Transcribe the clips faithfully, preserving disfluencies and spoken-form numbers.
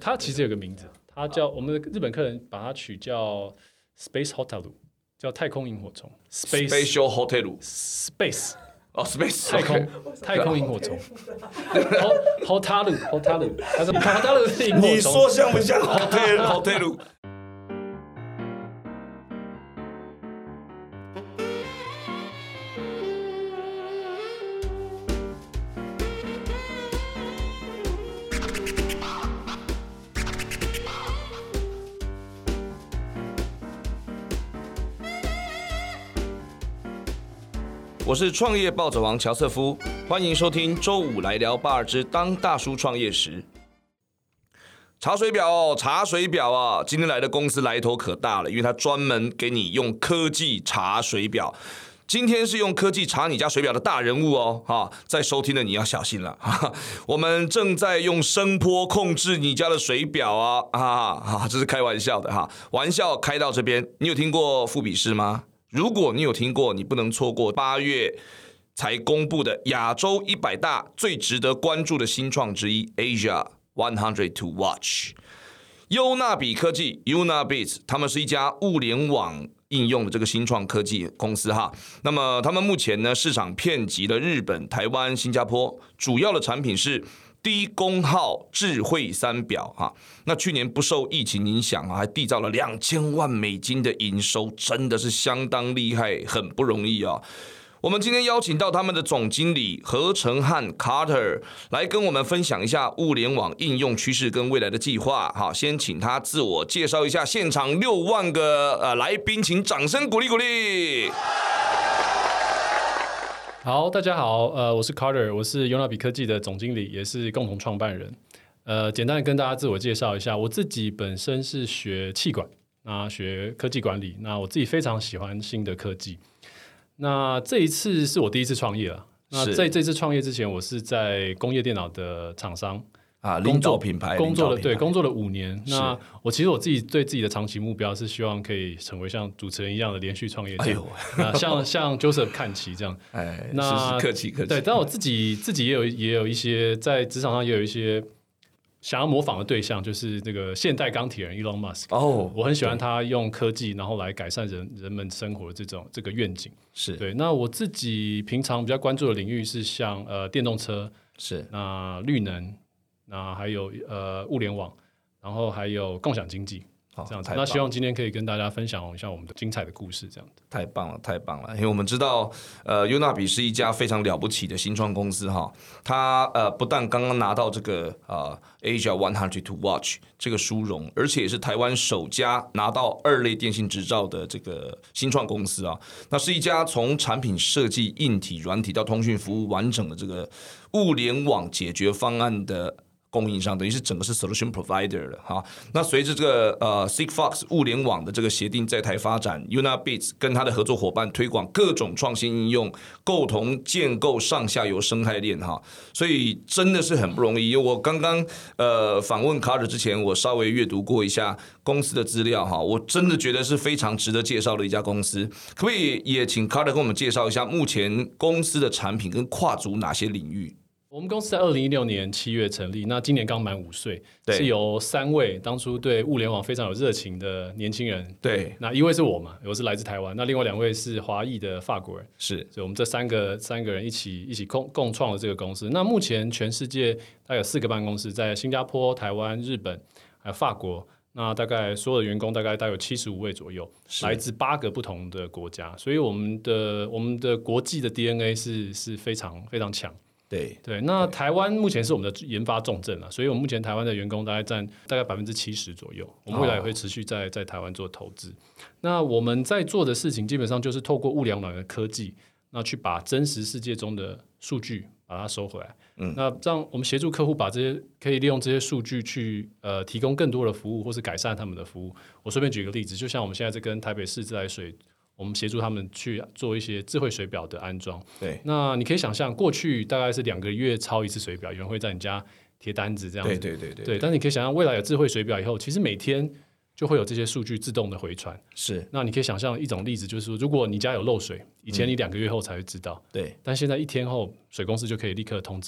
它其实有个名字，它叫我们的日本客人把它取叫 Space Hotel， 叫太空萤火虫 Space Spatial Hotel Space 哦 Space 太空、okay. 太空萤火虫 Hotel Hotel 它是 Hotel 是萤火虫， 你说像不像 Hotel Hotel？我是创业暴走王乔瑟夫，欢迎收听周五来聊八二之当大叔创业时。查水表哦，查水表啊！今天来的公司来头可大了，因为它专门给你用科技查水表。今天是用科技查你家水表的大人物哦，哈，在收听的你要小心了。哈，我们正在用声波控制你家的水表啊，啊，这是开玩笑的哈，玩笑开到这边，你有听过富比士吗？如果你有听过，你不能错过八月才公布的亚洲一百大最值得关注的新创之一 Asia one hundred to watch。优纳比科技 Unabit， 他们是一家物联网应用的这个新创科技公司哈。那么他们目前呢市场遍及了日本、台湾、新加坡，主要的产品是低功耗智慧三表哈，那去年不受疫情影响啊，还缔造了两千万美金的营收，真的是相当厉害，很不容易啊。我们今天邀请到他们的总经理何承汉 Carter 来跟我们分享一下物联网应用趋势跟未来的计划。好，先请他自我介绍一下，现场六万个呃来宾，请掌声鼓励鼓励。 好，大家好，呃，我是 Carter， 我是优纳比科技的总经理，也是共同创办人。呃，简单的跟大家自我介绍一下，我自己本身是学企管，那学科技管理，那我自己非常喜欢新的科技。那这一次是我第一次创业了。那在这次创业之前，我是在工业电脑的厂商。 啊，领导品牌工作了，对，工作了五年。那我其实我自己对自己的长期目标是希望可以成为像主持人一样的连续创业者。哎呦，那像像 Joseph 看齐这样。 哎，那客气客气。 对，但我自己自己也有也有一些在职场上也有一些想要模仿的对象，就是这个现代钢铁人 Elon Musk。哦，我很喜欢他用科技然后来改善人人们生活的这种这个愿景。 是对。那我自己平常比较关注的领域是像呃电动车， 是那绿能。那还有呃物联网，然后还有共享经济，这样子。那希望今天可以跟大家分享一下我们的精彩的故事，这样子。 太棒了，太棒了！因为我们知道，呃，优纳比是一家非常了不起的新创公司哈。它呃不但刚刚拿到这个呃 Asia one hundred to watch 这个殊荣，而且也是台湾首家拿到二类电信执照的这个新创公司啊。那是一家从产品设计、硬体、软体到通讯服务完整的这个物联网解决方案的供应商，等于是整个是 solution provider 了哈。那随着这个呃 Sigfox 物联网的这个协定在台发展 ，Unabit 跟他的合作伙伴推广各种创新应用，共同建构上下游生态链哈。所以真的是很不容易。因为我刚刚呃访问 Carter 之前，我稍微阅读过一下公司的资料哈，我真的觉得是非常值得介绍的一家公司。可不可以也请 Carter 跟我们介绍一下目前公司的产品跟跨足哪些领域？ 我们公司在二零一六年七月成立，那今年刚满五岁，是由三位当初对物联网非常有热情的年轻人。对，那一位是我嘛，我是来自台湾，那另外两位是华裔的法国人， 是， 所以我们这三个三个人一起一起共共创了这个公司。那目前全世界大概有四个办公室，在新加坡、台湾、日本还有法国。那大概所有的员工大概大概有七十五位左右，来自八个不同的国家，所以我们的我们的国际的 D N A 是是非常非常强。 对对，那台湾目前是我们的研发重镇了，所以我们目前台湾的员工大概占大概百分之七十左右，我们未来也会持续在在台湾做投资。那我们在做的事情基本上就是透过物联网的科技，那去把真实世界中的数据把它收回来。嗯，那让我们协助客户把这些可以利用这些数据去呃提供更多的服务，或是改善他们的服务。我随便举个例子，就像我们现在在跟台北市自来水。我们协助他们去做一些智慧水表的安装。 对， 那你可以想象，过去大概是两个月抄一次水表，有人会在你家贴单子这样子。 对对对 对, 对。但是你可以想象，未来有智慧水表以后，其实每天就会有这些数据自动的回传。 是。 那你可以想象一种例子，就是说，如果你家有漏水，以前你两个月后才会知道。 对、嗯。 但现在一天后，水公司就可以立刻通知你。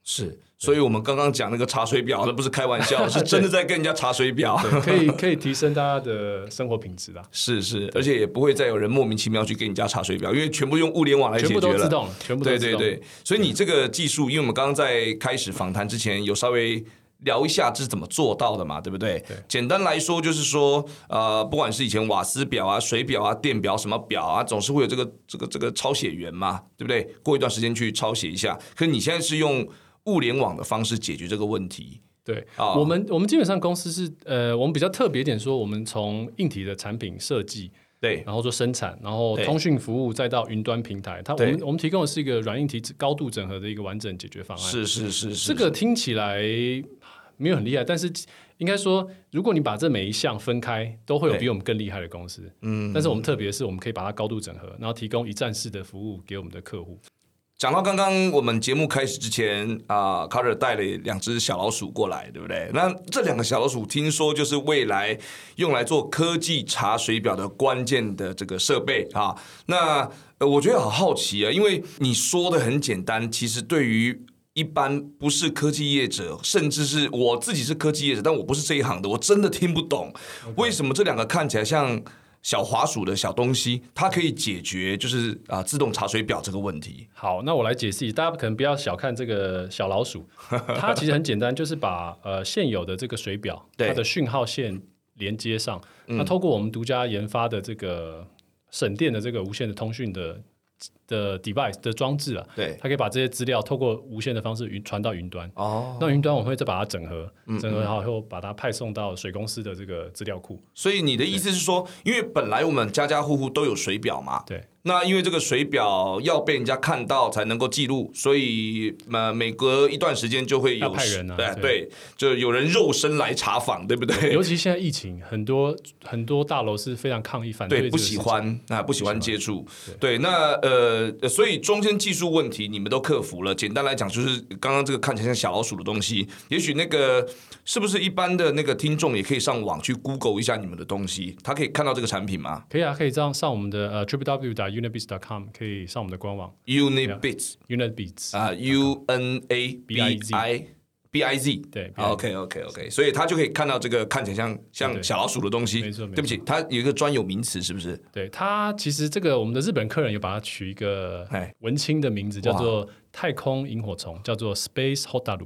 是，所以我们刚刚讲那个查水表，那不是开玩笑，是真的在跟人家查水表， 可以可以提升大家的生活品质啦。 是是，而且也不会再有人莫名其妙去给人家查水表，因为全部用物联网来解决了， 全部都自动，全部都自动。 对对对，所以你这个技术，因为我们刚刚在开始访谈之前有稍微聊一下这是怎么做到的嘛，对不对？ 对， 简单来说就是说，呃，不管是以前瓦斯表啊、水表啊、电表什么表啊，总是会有这个这个这个抄写员嘛，对不对？过一段时间去抄写一下。可是你现在是用物联网的方式解决这个问题。 对， 哦、 我们我们基本上公司是呃，我们比较特别一点说，我们从硬体的产品设计。 对， 然后做生产，然后通讯服务，再到云端平台，它我们我们提供的是一个软硬体高度整合的一个完整解决方案。 是是是是， 这个听起来没有很厉害，但是应该说，如果你把这每一项分开，都会有比我们更厉害的公司。嗯，但是我们特别的是，我们可以把它高度整合，然后提供一站式的服务给我们的客户。 讲到刚刚我们节目开始之前啊，卡尔带了两只小老鼠过来，对不对？那这两个小老鼠听说就是未来用来做科技查水表的关键的这个设备啊。那我觉得好好奇啊，因为你说的很简单，其实对于一般不是科技业者，甚至是我自己是科技业者，但我不是这一行的，我真的听不懂为什么这两个看起来像小滑鼠的小东西，它可以解决就是啊、呃、自动查水表这个问题。 好，那我来解释，大家可能不要小看这个小老鼠，它其实很简单，就是把呃现有的这个水表它的讯号线连接上，那透过我们独家研发的这个省电的这个无线的通讯的的 device 的装置啊， 对， 它可以把这些资料透过无线的方式云传到云端。哦，那云端我们会再把它整合，嗯、整合好以后把它派送到水公司的这个资料库。 所以你的意思是说，因为本来我们家家户户都有水表嘛， 对。 那因为这个水表要被人家看到才能够记录，所以呃每隔一段时间就会有派人啊， 对对，就有人肉身来查访，对不对？ 尤其现在疫情，很多很多大楼是非常抗议反对， 对，不喜欢啊，不喜欢接触。对，那呃，所以中间技术问题你们都克服了。简单来讲，就是刚刚这个看起来像小老鼠的东西，也许那个是不是一般的那个听众也可以上网去 Google 一下你们的东西，他可以看到这个产品吗？ 可以啊，可以这样上我们的呃 triple w 点 unitbits 点 com 可以上我们的官网 unitbits unitbits 啊 U N A B I B I Z 对 ，OK OK OK， 所以他就可以看到这个看起来像像小老鼠的东西。 没错， 对不起，它有一个专有名词，是不是？ 对，它其实这个我们的日本客人有把它取一个文青的名字，叫做太空萤火虫，叫做 Space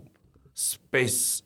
Hotaru。Space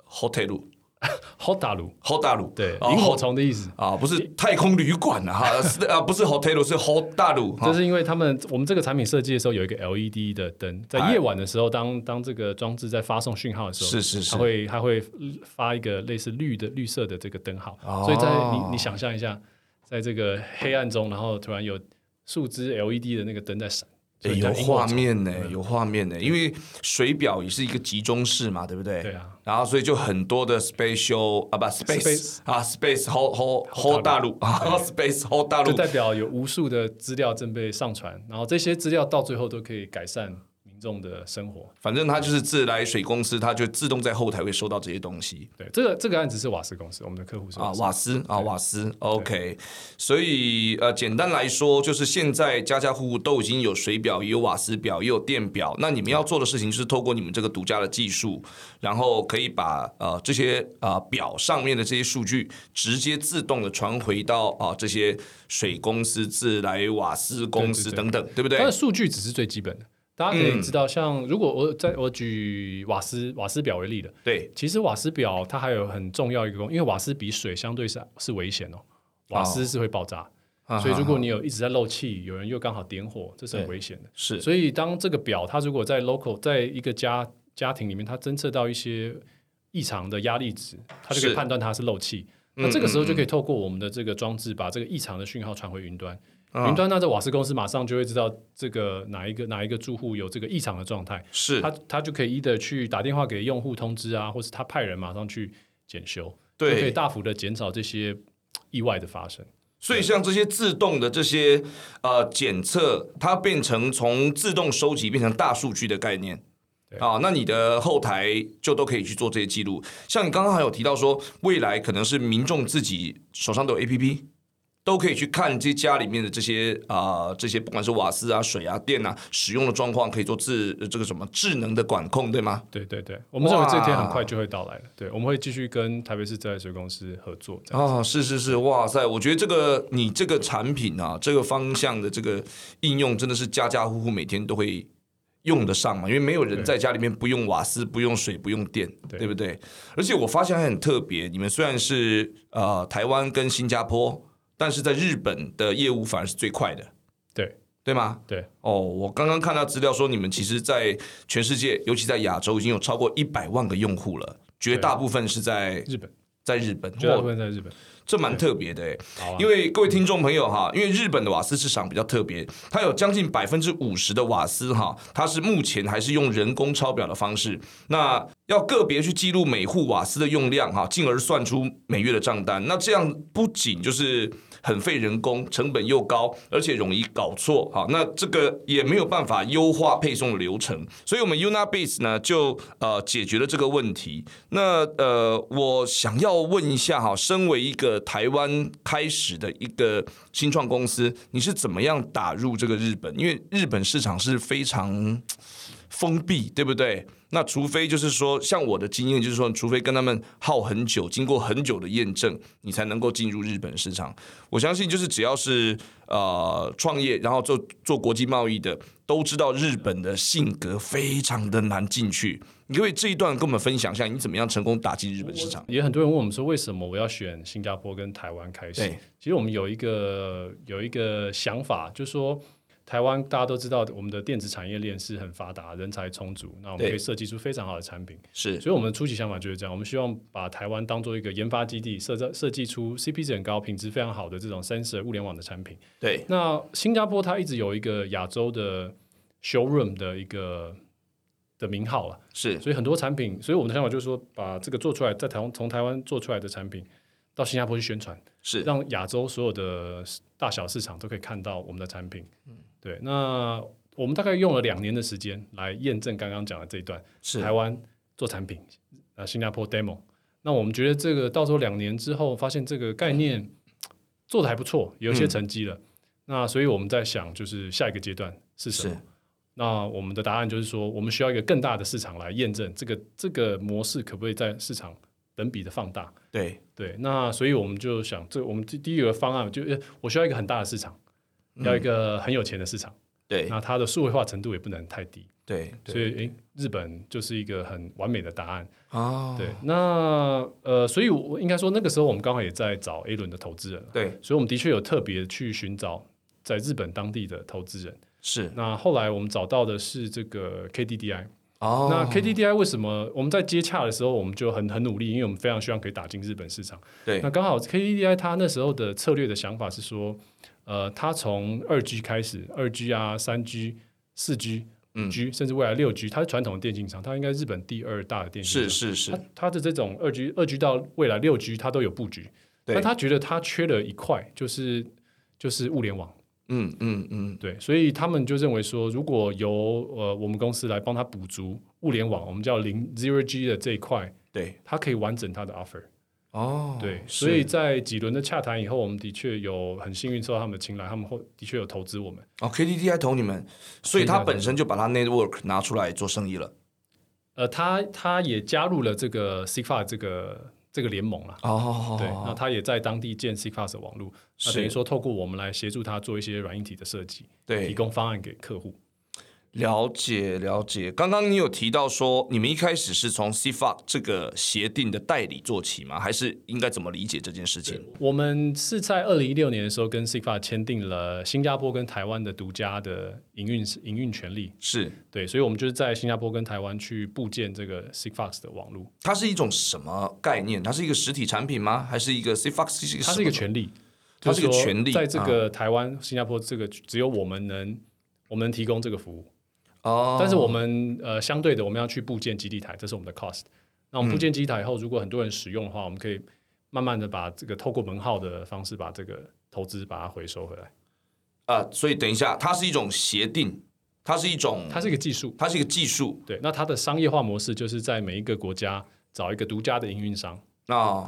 Hotaru。Hotaru，Hotaru， 对，萤火虫的意思啊，不是太空旅馆啊，啊，不是 Hotaru， 是 Hotaru。 这是因为他们我们这个产品设计的时候有一个 L E D 的灯，在夜晚的时候，当当这个装置在发送讯号的时候， 是是是， 它会它会发一个类似绿的绿色的这个灯号，哦、所以在你你想象一下，在这个黑暗中，然后突然有数支 L E D 的那个灯在闪。 欸、有画面呢，有画面呢，因为水表也是一个集中式嘛，对不对？ 对啊。 然后所以就很多的 spatial 啊不 space, space 啊 space hold hold hold 大陆啊 space hold 大陆， 就代表有无数的资料正被上传，然后这些资料到最后都可以改善民众的生活。 反正它就是自来水公司，它就自动在后台会收到这些东西。 对，这个这个案子是瓦斯公司，我们的客户是啊瓦斯啊瓦斯 ，OK。所以呃，简单来说，就是现在家家户户都已经有水表，也有瓦斯表，也有电表。那你们要做的事情就是透过你们这个独家的技术，然后可以把呃这些啊、呃、表上面的这些数据直接自动的传回到啊、呃、这些水公司、自来瓦斯公司等等， 对, 对, 对, 对不对？ 它的数据只是最基本的。大家可以知道，像如果我在我举瓦斯瓦斯表为例的， 对， 其实瓦斯表它还有很重要一个功能，因为瓦斯比水相对是是危险哦，瓦斯是会爆炸，哦、所以如果你有一直在漏气，有人又刚好点火，这是很危险的。 是， 所以当这个表它如果在 local 在一个家家庭里面，它侦测到一些异常的压力值，它就可以判断它是漏气。那这个时候就可以透过我们的这个装置，把这个异常的讯号传回云端。云端，那这瓦斯公司马上就会知道这个哪一个哪一个住户有这个异常的状态， 是他他就可以一的去打电话给用户通知啊，或是他派人马上去检修， 对， 就可以大幅的减少这些意外的发生。 所以像这些自动的这些呃检测，它变成从自动收集变成大数据的概念。啊，那你的后台就都可以去做这些记录。像你刚刚还有提到说，未来可能是民众自己手上都有 A P P。 都可以去看这家里面的这些啊、呃，这些不管是瓦斯啊、水啊、电啊使用的状况，可以做智这个什么智能的管控，对吗？ 对对对，我们认为这天很快就会到来了。对，我们会继续跟台北市自来水公司合作。 啊，是是是，哇塞！我觉得这个你这个产品啊，这个方向的这个应用，真的是家家户户每天都会用得上嘛，因为没有人在家里面不用瓦斯、不用水、不用电， 对, 对不对？而且我发现还很特别，你们虽然是呃台湾跟新加坡。但是在日本的业务反而是最快的， 对对吗？ 对哦，我刚刚看到资料说，你们其实，在全世界，尤其在亚洲，已经有超过一百万个用户了，绝大部分是在日本， 在日本， 绝大部分在日本。 这蛮特别的哎、 啊， 因为各位听众朋友哈，因为日本的瓦斯市场比较特别，它有将近百分之五十的瓦斯哈，它是目前还是用人工抄表的方式，那要个别去记录每户瓦斯的用量哈，进而算出每月的账单。那这样不仅就是很费人工，成本又高，而且容易搞错哈。那这个也没有办法优化配送的流程，所以我们 Unabase 呢就呃解决了这个问题。那呃，我想要问一下哈，身为一个台湾开始的一个新创公司，你是怎么样打入这个日本？因为日本市场是非常封闭，对不对？那除非就是说，像我的经验就是说，除非跟他们耗很久，经过很久的验证，你才能够进入日本市场。我相信，就是只要是呃创业，然后做做国际贸易的，都知道日本的性格非常的难进去。你可以这一段跟我们分享一下，你怎么样成功打进日本市场？ 也很多人问我们说，为什么我要选新加坡跟台湾开始？其实我们有一个有一个想法，就是说。台湾大家都知道，我们的电子产业链是很发达，人才充足，那我们可以设计出非常好的产品。 是， 所以我们的初期想法就是这样，我们希望把台湾当做一个研发基地，设设计出 C P 值很高、品质非常好的这种 sensor 物联网的产品。 对， 那新加坡它一直有一个亚洲的 showroom 的一个的名号了， 是， 所以很多产品，所以我们的想法就是说，把这个做出来，在台湾从台湾做出来的产品。到新加坡去宣传， 是让亚洲所有的大小市场都可以看到我们的产品。嗯、对，那我们大概用了两年的时间来验证刚刚讲的这一段， 是台湾做产品，呃，新加坡 demo。那我们觉得这个到时候两年之后，发现这个概念做的还不错，有一些成绩了。嗯、那所以我们在想，就是下一个阶段是什么？那我们的答案就是说，我们需要一个更大的市场来验证这个这个模式可不可以在市场等比的放大。 对对，那所以我们就想，这我们第一个方案就我需要一个很大的市场，嗯、要一个很有钱的市场。 对， 那它的数位化程度也不能太低。 对， 所以诶，日本就是一个很完美的答案。 哦， 对，那呃，所以我应该说那个时候我们刚好也在找 A 轮的投资人。 对， 所以我们的确有特别去寻找在日本当地的投资人。 是， 那后来我们找到的是这个 K D D I。 哦， 那 K D D I 为什么我们在接洽的时候我们就很很努力，因为我们非常希望可以打进日本市场。 对， 那刚好 K D D I 它那时候的策略的想法是说，呃，它从二 G 开始，二 G 啊、三 G、四 G、五 G，、嗯、甚至未来六 G， 它是传统的电信商，它应该日本第二大的电信商。 是是是， 它, 它的这种二 G、二 G 到未来六 G， 它都有布局。但他觉得他缺了一块，就是就是物联网。 嗯嗯嗯， 对，所以他们就认为说，如果由呃我们公司来帮他补足物联网，我们叫零 zero G 的这一块， 对， 他可以完整他的 offer。 哦， 对，所以在几轮的洽谈以后，我们的确有很幸运受到他们的青睐，他们后的确有投资我们。 哦 ，K D D I 投你们，所以他本身就把他 network 拿出来做生意了。 呃，他他也加入了这个 C F A 这个。这个联盟啦， 哦， 对，那他也在当地建 C F A S 的网络，那等于说透过我们来协助他做一些软硬体的设计， 对， 提供方案给客户。 了解了解，刚刚你有提到说，你们一开始是从 C F A 这个协定的代理做起吗？还是应该怎么理解这件事情？ 我们是在二零一六年的时候跟 C F A 签订了新加坡跟台湾的独家的营运营运权利， 是对，所以我们就是在新加坡跟台湾去布建这个 C F A X 的网络。 它是一种什么概念？它是一个实体产品吗？还是一个 C F A X 是一个？ 它是一个权利， 它是一个权利， 在这个台湾、新加坡这个只有我们能我们能提供这个服务。 哦， 但是我们呃相对的，我们要去布建基地台，这是我们的 cost。那我们布建基地台以后，如果很多人使用的话，我们可以慢慢的把这个透过门号的方式，把这个投资把它回收回来。 啊、呃，所以等一下，它是一种协定，它是一种， 它是一个技术， 它是一个技术。 对，那它的商业化模式就是在每一个国家找一个独家的营运商。 哦，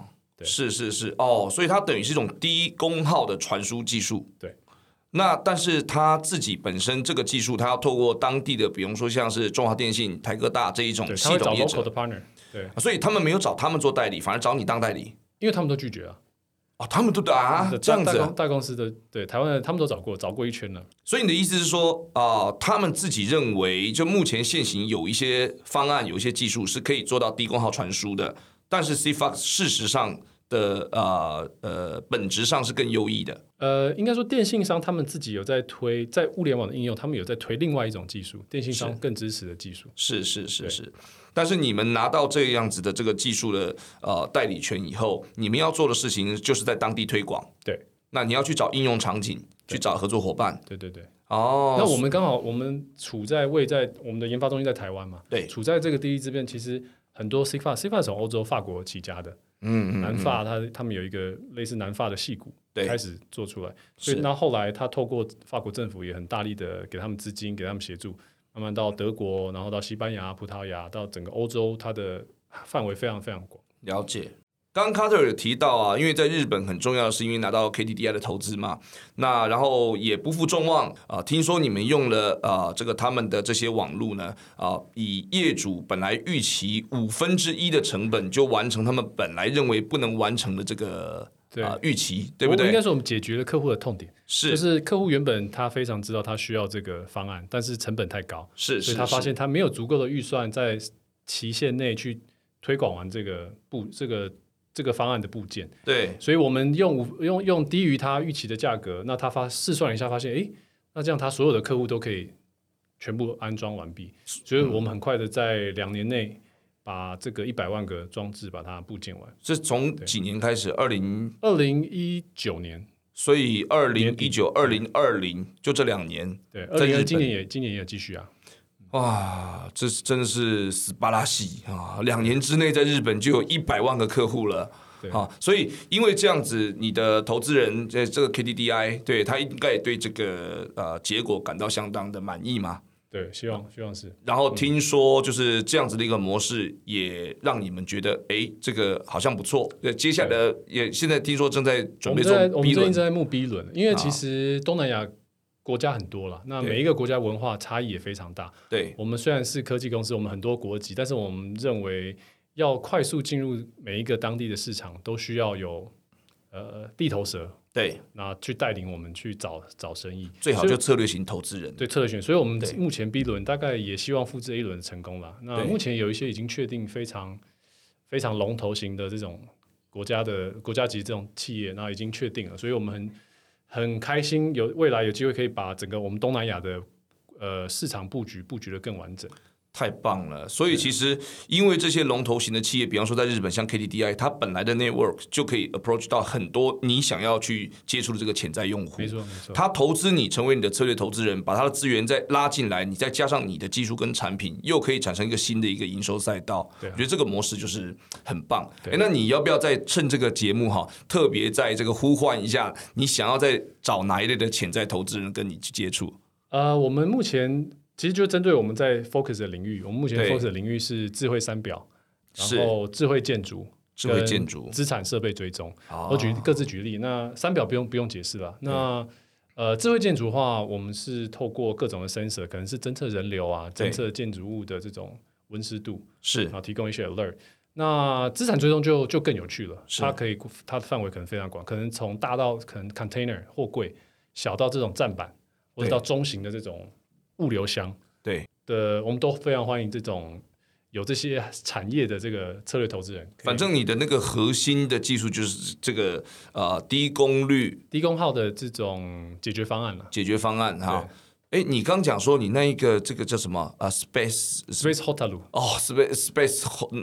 是是是哦，所以它等于是一种低功耗的传输技术。 对。 那但是他自己本身这个技术，他要透过当地的，比如说像是中华电信、台哥大这一种系统业者， 的 partner， 对， 所以他们没有找他们做代理，反而找你当代理， 因为他们都拒绝啊。 哦，他们都啊这样子、啊， 大公司的对台湾的他们都找过，找过一圈了。 所以你的意思是说啊、呃，他们自己认为，就目前现行有一些方案，有一些技术是可以做到低功耗传输的，但是 C F O X 事实上的呃呃本质上是更优异的。 呃，应该说电信商他们自己有在推，在物联网的应用，他们有在推另外一种技术，电信商更支持的技术。 是是是是。但是你们拿到这样子的这个技术的呃代理权以后，你们要做的事情就是在当地推广。 对。 那你要去找应用场景，去找合作伙伴。 对对对。 哦。 那我们刚好我们处在位在我们的研发中心在台湾嘛， 对， 处在这个地利之便，其实很多 C F A C F A 从欧洲法国起家的。嗯, 嗯, 嗯南法他他们有一个类似南法的矽谷开始做出来，所以那后来他透过法国政府也很大力的给他们资金，给他们协助，慢慢到德国，然后到西班牙、葡萄牙，到整个欧洲，它的范围非常非常广。 了解。刚刚 Carter 有提到啊，因为在日本很重要的是因为拿到 K D D I 的投资嘛，那然后也不负众望啊、呃，听说你们用了啊、呃、这个他们的这些网路呢啊、呃，以业主本来预期五分之一的成本就完成他们本来认为不能完成的这个啊、呃、预期，对不对？ 应该说我们解决了客户的痛点， 是就是客户原本他非常知道他需要这个方案，但是成本太高， 是， 所以他发现他没有足够的预算在期限内去推广完这个部这个。这个方案的部件， 对， 所以我们用用用低于他预期的价格，那他发试算一下，发现，哎，那这样他所有的客户都可以全部安装完毕，所以我们很快的在两年内把这个一百万个装置把它部件完。 是从几年开始？二零二零一九年， 所以二零一九、二零二零就这两年， 对，二零今年也今年也有继续啊。 哇，这真的是斯巴拉西啊！两年之内在日本就有一百万个客户了。啊，所以因为这样子，你的投资人这这个 K D D I 对他应该也对这个呃结果感到相当的满意嘛？ 对，希望希望是。 然后听说就是这样子的一个模式，也让你们觉得哎，这个好像不错。接下来也现在听说正在准备做 B 轮， 我们最近在募 B 轮，因为其实东南亚国家很多了，那每一个国家文化差异也非常大。 对， 我们虽然是科技公司，我们很多国籍，但是我们认为要快速进入每一个当地的市场，都需要有呃地头蛇， 对， 那去带领我们去找找生意， 最好就策略型投资人， 对策略型。所以我们目前 B 轮大概也希望复制 A 轮的成功了。那目前有一些已经确定非常非常龙头型的这种国家的国家级这种企业，那已经确定了，所以我们很。很开心有未来有机会可以把整个我们东南亚的呃市场布局布局得更完整。 太棒了！所以其实因为这些龙头型的企业，比方说在日本像 K D D I， 它本来的 network 就可以 approach 到很多你想要去接触的这个潜在用户。 没错没错。 他投资你成为你的策略投资人，把他的资源再拉进来，你再加上你的技术跟产品，又可以产生一个新的一个营收赛道。 对、啊， 我觉得这个模式就是很棒。哎，那你要不要再趁这个节目哈，特别在这个呼唤一下，你想要再找哪一类的潜在投资人跟你去接触？ 呃，我们目前。其实就针对我们在 focus 的领域，我们目前 focus 的领域是智慧三表，然后智慧建筑、 智慧建筑、 资产设备追踪。我举各自举例，那三表不用不用解释了。那呃，智慧建筑的话，我们是透过各种的 sensor， 可能是侦测人流啊，侦测建筑物的这种温湿度， 是， 然后提供一些 alert。那资产追踪就就更有趣了，它可以它的范围可能非常广，可能从大到可能 container 货柜，小到这种站板，或者到中型的这种。物流箱对的，我们都非常欢迎这种有这些产业的这个策略投资人。 反正你的那个核心的技术就是这个呃低功率、 低功耗的这种解决方案了。 解决方案哈。哎，你刚讲说你那一个这个叫什么啊 ？Space Space Hotaru 哦 ，Space Space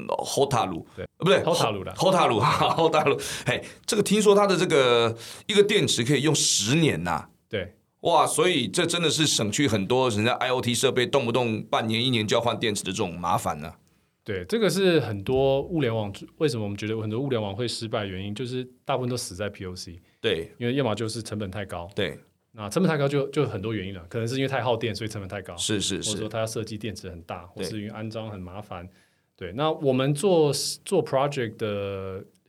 Hotaru 对， 不对 Hotaru 啦 ，Hotaru Hotaru。哎，这个听说它的这个一个电池可以用十年呐、啊。 对。 哇，所以这真的是省去很多人家 I O T 设备动不动半年一年就要换电池的这种麻烦呢、啊。 对，这个是很多物联网为什么我们觉得很多物联网会失败的原因，就是大部分都死在 P O C。 对， 因为要么就是成本太高。 对， 那成本太高就就很多原因了，可能是因为太耗电，所以成本太高。 是是是， 或者说它要设计电池很大，或是因为安装很麻烦。对，那我们做做 project 的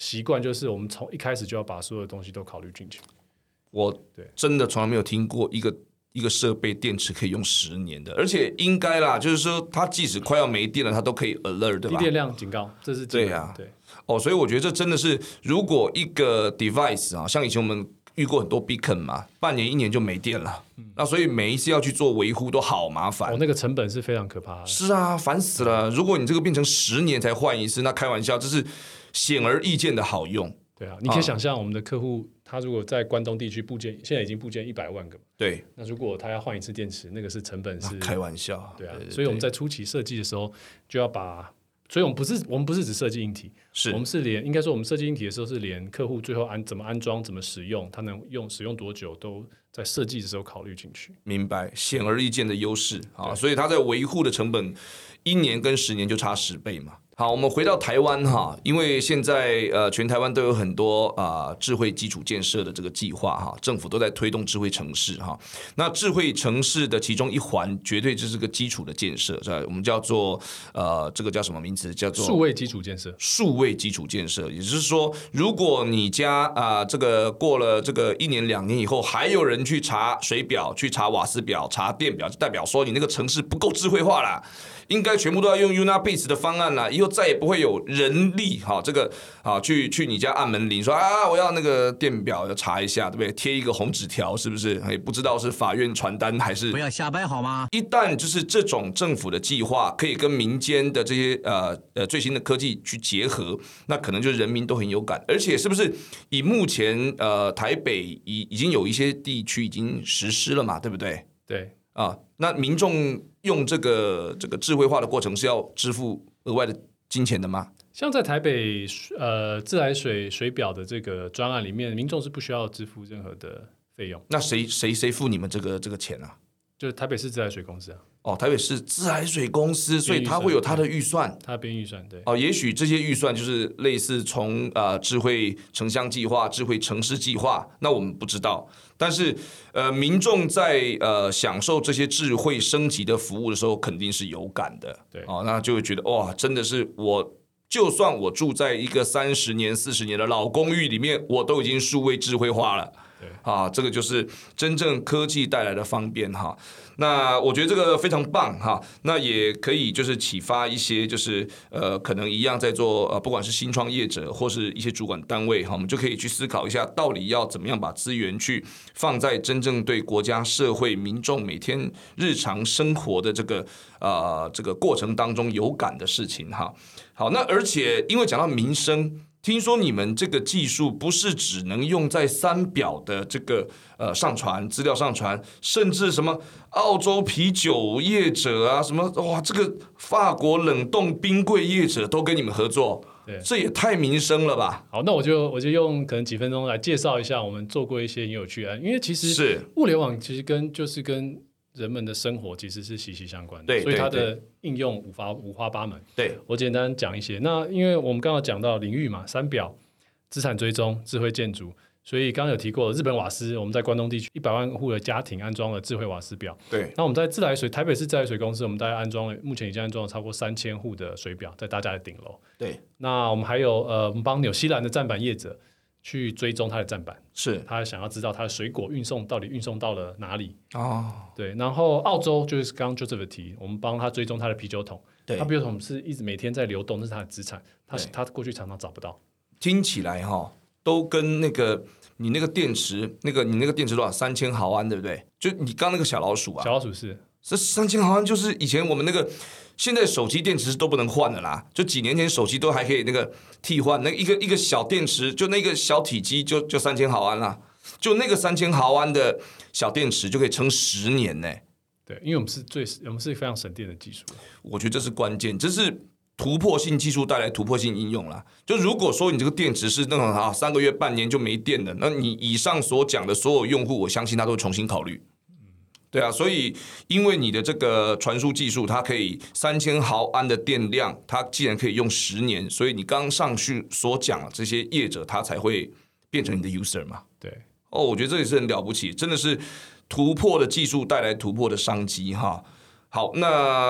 习惯，就是我们从一开始就要把所有的东西都考虑进去。 我真的从来没有听过一个一个设备电池可以用十年的，而且应该啦，就是说它即使快要没电了，它都可以 alert， 对吧？ 低电量警告，这是基本对啊， 对哦，所以我觉得这真的是，如果一个 device 啊，像以前我们遇过很多 beacon 嘛，半年一年就没电了，嗯、那所以每一次要去做维护都好麻烦， 哦，那个成本是非常可怕的。 是啊，烦死了！如果你这个变成十年才换一次，那开玩笑，这是显而易见的好用。 对啊，你可以想象我们的客户，他如果在关东地区布建，现在已经布建一百万个， 对， 那如果他要换一次电池，那个是成本是开玩笑， 对啊， 对对对， 所以我们在初期设计的时候就要把，所以我们不是我们不是只设计硬体， 是我们是连应该说我们设计硬体的时候是连客户最后安怎么安装、怎么使用，他能用使用多久，都在设计的时候考虑进去。 明白，显而易见的优势啊，所以它在维护的成本一年跟十年就差十倍嘛。好，我们回到台湾哈，因为现在呃全台湾都有很多啊、呃、智慧基础建设的这个计划哈，政府都在推动智慧城市哈。那智慧城市的其中一环，绝对就是个基础的建设，是吧？我们叫做呃这个叫什么名词？叫做数位基础建设。 数位基础建设，也就是说，如果你家啊、呃、这个过了这个一年两年以后，还有人去查水表、去查瓦斯表、查电表，就代表说你那个城市不够智慧化啦。应该全部都要用 Unabase 的方案啦，以后再也不会有人力哈，这个啊去去你家按门铃说啊，我要那个电表要查一下，对不对？贴一个红纸条，是不是？也不知道是法院传单还是？ 不要瞎掰好吗？ 一旦就是这种政府的计划可以跟民间的这些呃呃最新的科技去结合，那可能就是人民都很有感，而且是不是以目前呃台北已已经有一些地区已经实施了嘛，对不对？ 对啊，那民众用这个这个智慧化的过程是要支付额外的金钱的吗？ 像在台北呃自来水水表的这个专案里面，民众是不需要支付任何的费用。 那谁谁谁付你们这个这个钱啊？ 就是台北市自来水公司啊。 哦，台北市自来水公司，所以它会有它的预算， 它编预算对。 哦，也许这些预算就是类似从呃智慧城乡计划、智慧城市计划，那我们不知道。但是呃，民众在呃享受这些智慧升级的服务的时候，肯定是有感的。 对， 哦，那就会觉得哇，真的是我。就算我住在一个三十年、四十年的老公寓里面，我都已经数位智慧化了。 对啊，这个就是真正科技带来的方便哈。那我觉得这个非常棒哈。那也可以就是启发一些就是呃可能一样在做呃不管是新创业者或是一些主管单位哈，我们就可以去思考一下，到底要怎么样把资源去放在真正对国家、社会、民众每天日常生活的这个呃这个过程当中有感的事情哈。好，那而且因为讲到民生。听说你们这个技术不是只能用在三表的这个呃上传资料上传，甚至什么澳洲啤酒业者啊，什么哇，这个法国冷冻冰柜业者都跟你们合作， 对， 这也太民生了吧？ 好，那我就我就用可能几分钟来介绍一下我们做过一些很有趣的案，因为其实是物联网其实跟就是跟人们的生活其实是息息相关的， 对， 所以它的对应用五花五花八门。 对， 我简单讲一些。那因为我们刚刚讲到领域嘛，三表、资产追踪、智慧建筑，所以刚刚有提过日本瓦斯，我们在关东地区一百万户的家庭安装了智慧瓦斯表。 对， 那我们在自来水台北市自来水公司，我们大概安装了，目前已经安装了超过三千户的水表，在大家的顶楼。 对， 那我们还有呃，我们帮纽西兰的站板业者去追踪它的站板， 是他想要知道它的水果运送到底运送到了哪里。 哦， 对，然后澳洲就是刚刚 Joseph 提，我们帮他追踪他的啤酒桶， 对， 他啤酒桶是一直每天在流动，那是他的资产，他他过去常常找不到。 听起来哈、哦，都跟那个你那个电池，那个你那个电池多少三千毫安，对不对？就你刚那个小老鼠啊， 小老鼠是这三千毫安，就是以前我们那个。现在手机电池都不能换了啦，就几年前手机都还可以那个替换，那一个一个小电池，就那个小体积就就三千毫安啦，就那个三千毫安的小电池就可以撑十年呢。 对，因为我们是最我们是非常省电的技术， 我觉得这是关键，这是突破性技术带来突破性应用啦。就如果说你这个电池是那种啊三个月半年就没电了，那你以上所讲的所有用户，我相信他都会重新考虑。对啊，所以因为你的这个传输技术，它可以三千毫安的电量，它既然可以用十年，所以你刚上去所讲这些业者，他才会变成你的 user 嘛。 对， 哦，我觉得这也是很了不起，真的是突破的技术带来突破的商机哈。好，那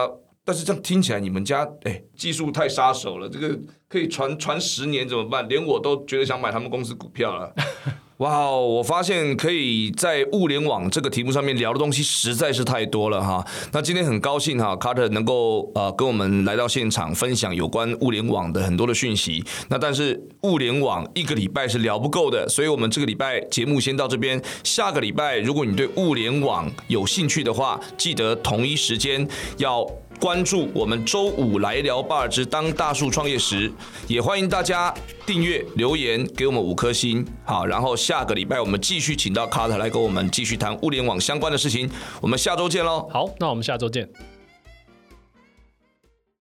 但是这样听起来，你们家哎技术太杀手了，这个可以传传十年怎么办？连我都觉得想买他们公司股票了。哇哦！我发现可以在物联网这个题目上面聊的东西实在是太多了哈。那今天很高兴哈 ，Carter 能够呃跟我们来到现场分享有关物联网的很多的讯息。那但是物联网一个礼拜是聊不够的，所以我们这个礼拜节目先到这边。下个礼拜如果你对物联网有兴趣的话，记得同一时间要关注我们周五来聊巴尔之当大树创业时，也欢迎大家订阅留言给我们五颗星。好，然后下个礼拜我们继续请到 Carter 来跟我们继续谈物联网相关的事情。我们下周见喽！ 好，那我们下周见。